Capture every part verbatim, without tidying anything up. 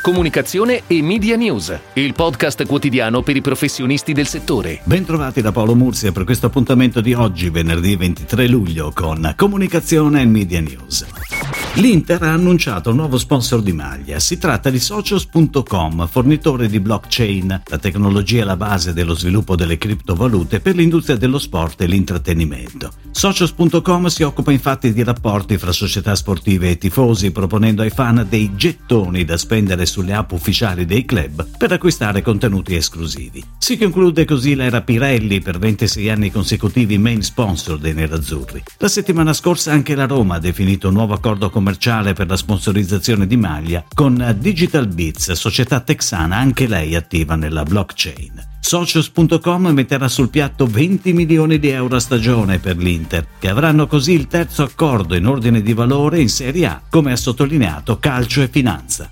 Comunicazione e Media News, il podcast quotidiano per i professionisti del settore. Bentrovati da Paolo Mursia per questo appuntamento di oggi, venerdì ventitré luglio, con Comunicazione e Media News. L'Inter ha annunciato un nuovo sponsor di maglia. Si tratta di Socios punto com, fornitore di blockchain, la tecnologia alla base dello sviluppo delle criptovalute per l'industria dello sport e l'intrattenimento. Socios punto com si occupa infatti di rapporti fra società sportive e tifosi, proponendo ai fan dei gettoni da spendere sulle app ufficiali dei club per acquistare contenuti esclusivi. Si conclude così l'era Pirelli, per ventisei anni consecutivi main sponsor dei nerazzurri. La settimana scorsa anche la Roma ha definito un nuovo accordo commerciale per la sponsorizzazione di maglia con Digital Beats, società texana anche lei attiva nella blockchain. Socios punto com metterà sul piatto venti milioni di euro a stagione per l'Inter, che avranno così il terzo accordo in ordine di valore in Serie A, come ha sottolineato Calcio e Finanza.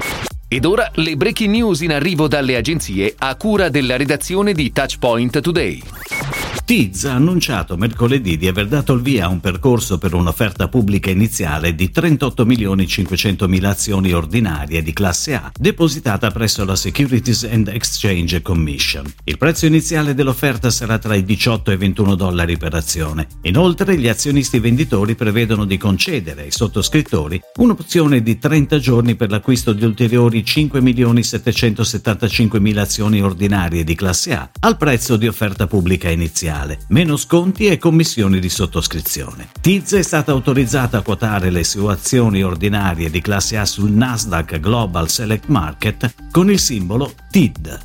Ed ora le breaking news in arrivo dalle agenzie a cura della redazione di Touchpoint Today. Tiz ha annunciato mercoledì di aver dato il via a un percorso per un'offerta pubblica iniziale di trentotto milioni cinquecentomila azioni ordinarie di classe A depositata presso la Securities and Exchange Commission. Il prezzo iniziale dell'offerta sarà tra i diciotto e i ventuno dollari per azione. Inoltre gli azionisti venditori prevedono di concedere ai sottoscrittori un'opzione di trenta giorni per l'acquisto di ulteriori cinque milioni settecentosettantacinquemila azioni ordinarie di classe A al prezzo di offerta pubblica iniziale, meno sconti e commissioni di sottoscrizione. Tiz è stata autorizzata a quotare le sue azioni ordinarie di classe A sul Nasdaq Global Select Market con il simbolo T I D.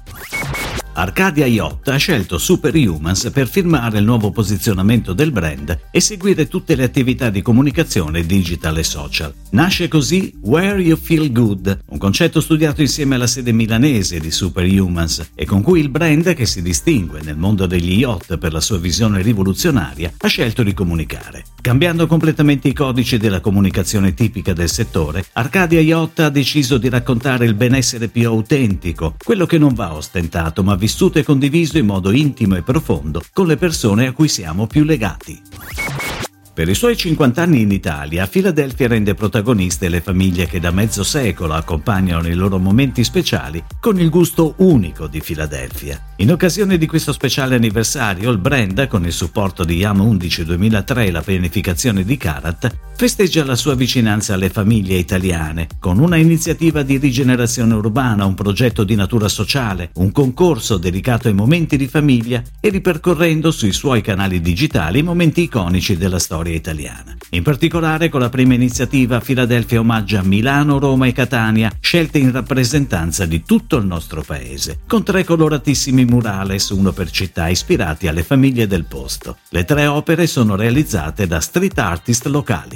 Arcadia Yacht ha scelto Superhumans per firmare il nuovo posizionamento del brand e seguire tutte le attività di comunicazione digital e social. Nasce così Where You Feel Good, un concetto studiato insieme alla sede milanese di Superhumans e con cui il brand, che si distingue nel mondo degli yacht per la sua visione rivoluzionaria, ha scelto di comunicare. Cambiando completamente i codici della comunicazione tipica del settore, Arcadia Yacht ha deciso di raccontare il benessere più autentico, quello che non va ostentato ma vissuto e condiviso in modo intimo e profondo con le persone a cui siamo più legati. Per i suoi cinquanta anni in Italia, Philadelphia rende protagoniste le famiglie che da mezzo secolo accompagnano i loro momenti speciali con il gusto unico di Philadelphia. In occasione di questo speciale anniversario, il brand, con il supporto di Yam undici duemilatré e la pianificazione di Karat, festeggia la sua vicinanza alle famiglie italiane con una iniziativa di rigenerazione urbana, un progetto di natura sociale, un concorso dedicato ai momenti di famiglia e ripercorrendo sui suoi canali digitali i momenti iconici della storia italiana. In particolare, con la prima iniziativa, Philadelphia omaggia Milano, Roma e Catania, scelte in rappresentanza di tutto il nostro paese, con tre coloratissimi murales, uno per città, ispirati alle famiglie del posto. Le tre opere sono realizzate da street artist locali.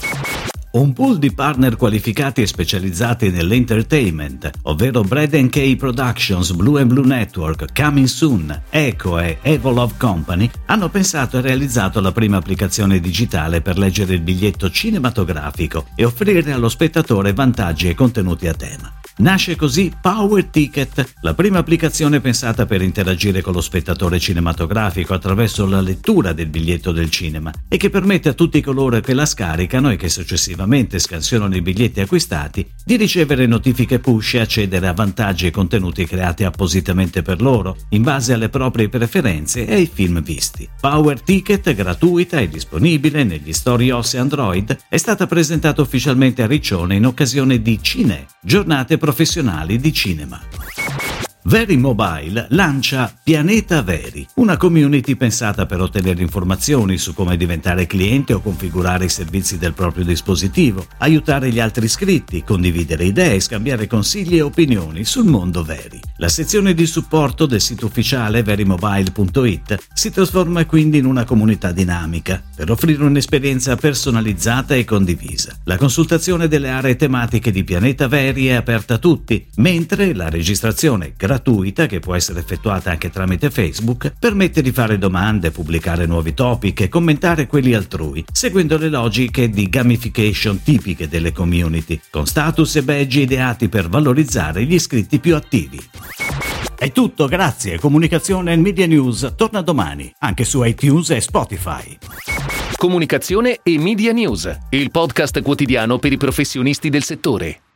Un pool di partner qualificati e specializzati nell'entertainment, ovvero Brad and Kay Productions, Blue and Blue Network, Coming Soon, Eco e Evolove Company, hanno pensato e realizzato la prima applicazione digitale per leggere il biglietto cinematografico e offrire allo spettatore vantaggi e contenuti a tema. Nasce così Power Ticket, la prima applicazione pensata per interagire con lo spettatore cinematografico attraverso la lettura del biglietto del cinema e che permette a tutti coloro che la scaricano e che successivamente scansionano i biglietti acquistati di ricevere notifiche push e accedere a vantaggi e contenuti creati appositamente per loro in base alle proprie preferenze e ai film visti. Power Ticket, gratuita e disponibile negli store iOS e Android, è stata presentata ufficialmente a Riccione in occasione di Cine, giornate professionali di cinema. Very Mobile lancia Pianeta Very, una community pensata per ottenere informazioni su come diventare cliente o configurare i servizi del proprio dispositivo, aiutare gli altri iscritti, condividere idee, scambiare consigli e opinioni sul mondo Very. La sezione di supporto del sito ufficiale very mobile punto it si trasforma quindi in una comunità dinamica per offrire un'esperienza personalizzata e condivisa. La consultazione delle aree tematiche di Pianeta Very è aperta a tutti, mentre la registrazione gratuita gratuita, che può essere effettuata anche tramite Facebook, permette di fare domande, pubblicare nuovi topic e commentare quelli altrui, seguendo le logiche di gamification tipiche delle community, con status e badge ideati per valorizzare gli iscritti più attivi. È tutto, grazie. Comunicazione e Media News torna domani, anche su iTunes e Spotify. Comunicazione e Media News, il podcast quotidiano per i professionisti del settore.